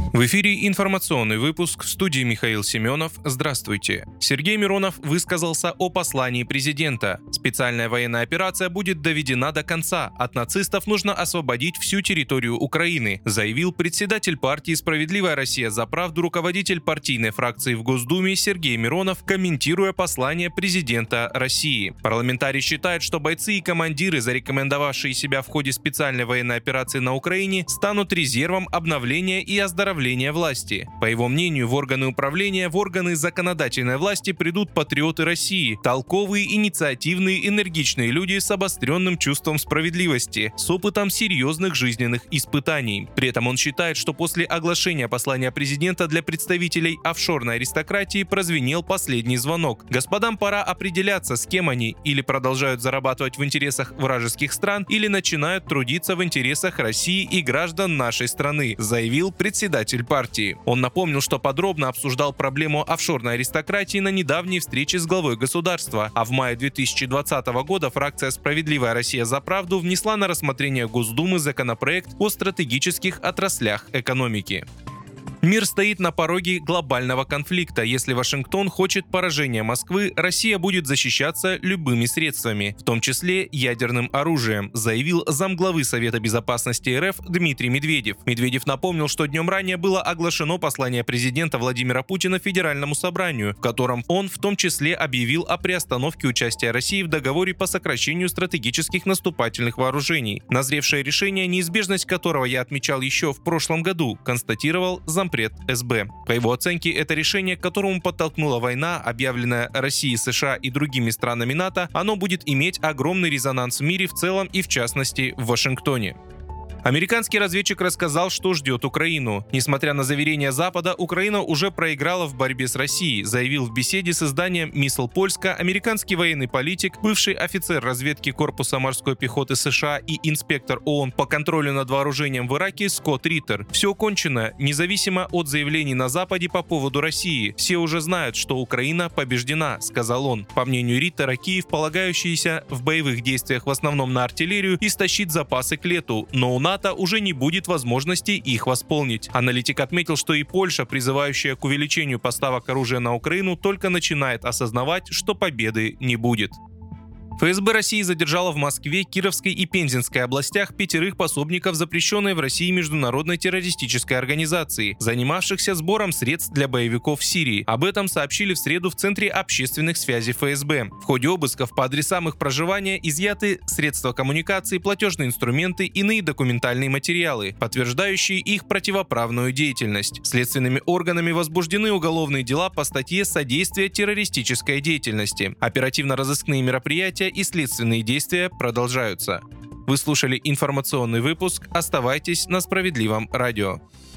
В эфире информационный выпуск, в студии Михаил Семенов. Здравствуйте. Сергей Миронов высказался о послании президента. Специальная военная операция будет доведена до конца. От нацистов нужно освободить всю территорию Украины, заявил председатель партии «Справедливая Россия за правду», руководитель партийной фракции в Госдуме Сергей Миронов, комментируя послание президента России. Парламентарий считает, что бойцы и командиры, зарекомендовавшие себя в ходе специальной военной операции на Украине, станут резервом обновления и оздоровления власти. По его мнению, в органы управления, в органы законодательной власти придут патриоты России, толковые, инициативные, энергичные люди с обостренным чувством справедливости, с опытом серьезных жизненных испытаний. При этом он считает, что после оглашения послания президента для представителей офшорной аристократии прозвенел последний звонок. Господам пора определяться, с кем они: или продолжают зарабатывать в интересах вражеских стран, или начинают трудиться в интересах России и граждан нашей страны, заявил председатель партии. Он напомнил, что подробно обсуждал проблему офшорной аристократии на недавней встрече с главой государства, а в мае 2020 года фракция «Справедливая Россия за правду» внесла на рассмотрение Госдумы законопроект о стратегических отраслях экономики. Мир стоит на пороге глобального конфликта. Если Вашингтон хочет поражения Москвы, Россия будет защищаться любыми средствами, в том числе ядерным оружием, заявил замглавы Совета безопасности РФ Дмитрий Медведев. Медведев напомнил, что днем ранее было оглашено послание президента Владимира Путина Федеральному собранию, в котором он в том числе объявил о приостановке участия России в договоре по сокращению стратегических наступательных вооружений. Назревшее решение, неизбежность которого я отмечал еще в прошлом году, констатировал зампред СБ. По его оценке, это решение, к которому подтолкнула война, объявленная Россией, США и другими странами НАТО, оно будет иметь огромный резонанс в мире в целом и в частности в Вашингтоне. Американский разведчик рассказал, что ждет Украину. Несмотря на заверения Запада, Украина уже проиграла в борьбе с Россией, заявил в беседе с изданием «Мисл Польска» американский военный политик, бывший офицер разведки Корпуса морской пехоты США и инспектор ООН по контролю над вооружением в Ираке Скотт Риттер. «Все кончено, независимо от заявлений на Западе по поводу России. Все уже знают, что Украина побеждена», — сказал он. По мнению Риттера, Киев, полагающийся в боевых действиях в основном на артиллерию, истощит запасы к лету, но у НАТО уже не будет возможности их восполнить. Аналитик отметил, что и Польша, призывающая к увеличению поставок оружия на Украину, только начинает осознавать, что победы не будет. ФСБ России задержала в Москве, Кировской и Пензенской областях 5 пособников запрещенной в России международной террористической организации, занимавшихся сбором средств для боевиков в Сирии. Об этом сообщили в среду в Центре общественных связей ФСБ. В ходе обысков по адресам их проживания изъяты средства коммуникации, платежные инструменты, иные документальные материалы, подтверждающие их противоправную деятельность. Следственными органами возбуждены уголовные дела по статье «Содействие террористической деятельности». Оперативно-розыскные мероприятия и следственные действия продолжаются. Вы слушали информационный выпуск. Оставайтесь на Справедливом радио.